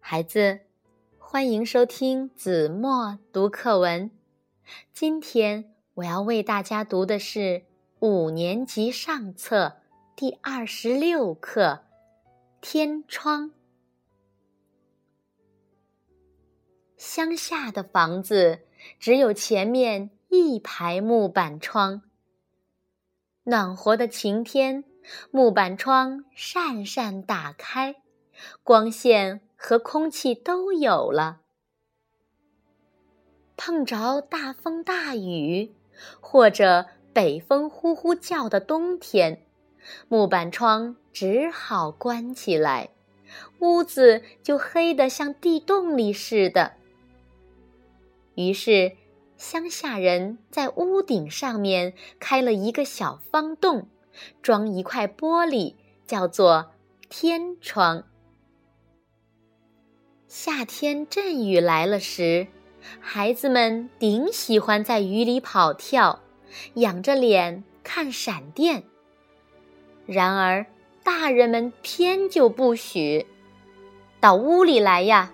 孩子，欢迎收听子墨读课文。今天我要为大家读的是5年级上册第26课《天窗》。乡下的房子只有前面1排木板窗，暖和的晴天，木板窗扇扇打开，光线和空气都有了。碰着大风大雨，或者北风呼呼叫的冬天，木板窗只好关起来，屋子就黑得像地洞里似的。于是乡下人在屋顶上面开了一个小方洞，装一块玻璃，叫做天窗。夏天阵雨来了时，孩子们顶喜欢在雨里跑跳，仰着脸看闪电。然而大人们偏就不许，到屋里来呀！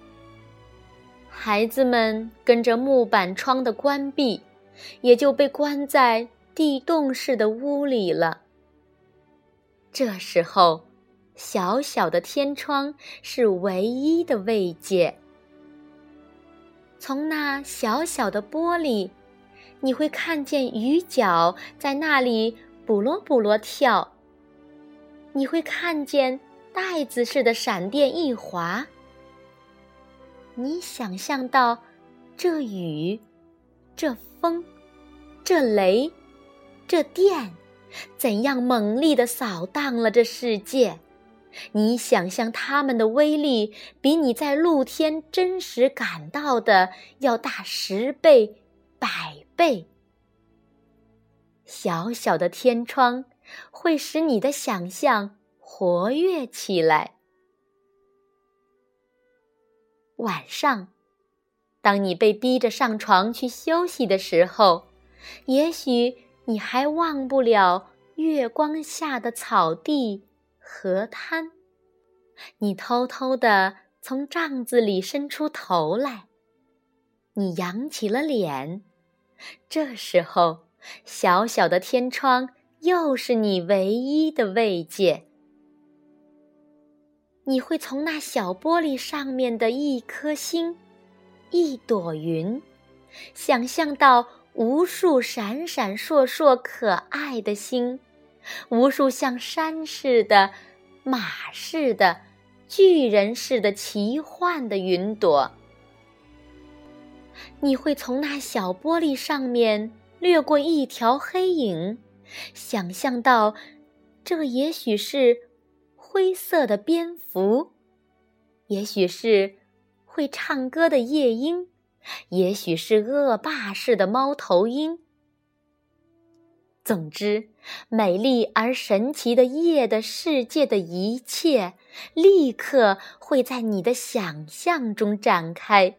孩子们跟着木板窗的关闭，也就被关在地洞似的屋里了。这时候小小的天窗是唯一的慰藉。从那小小的玻璃，你会看见雨脚在那里卜罗卜罗跳，你会看见带子似的闪电一划。你想象到这雨，这风，这雷，这电怎样猛力地扫荡了这世界，你想象它们的威力比你在露天真实感到的要大10倍、100倍。小小的天窗会使你的想象活跃起来。晚上，当你被逼着上床去休息的时候，也许你还忘不了月光下的草地、河滩。你偷偷地从帐子里伸出头来，你扬起了脸。这时候，小小的天窗又是你唯一的慰藉。你会从那小玻璃上面的一颗星、一朵云，想象到无数闪闪烁烁可爱的星，无数像山似的、马似的、巨人似的奇幻的云朵。你会从那小玻璃上面掠过一条黑影，想象到这也许是灰色的蝙蝠，也许是会唱歌的夜莺，也许是恶霸似的猫头鹰。总之，美丽而神奇的夜的世界的一切，立刻会在你的想象中展开。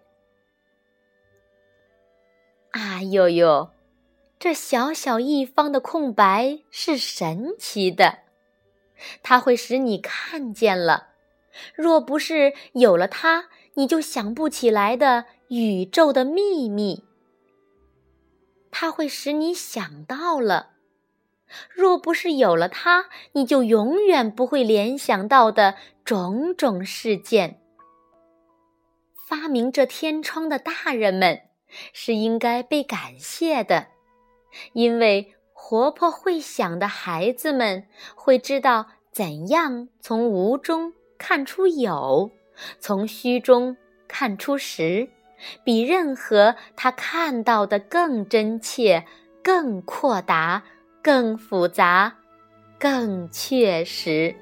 啊呦呦，这小小一方的空白是神奇的，它会使你看见了，若不是有了它，你就想不起来的宇宙的秘密。它会使你想到了，若不是有了它，你就永远不会联想到的种种事件。发明这天窗的大人们是应该被感谢的，因为活泼会想的孩子们会知道怎样从无中看出有，从虚中看出实，比任何他看到的更真切、更阔达、更复杂、更确实。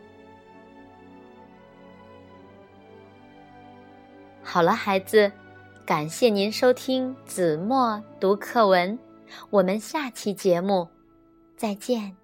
好了，孩子，感谢您收听子墨读课文，我们下期节目再见。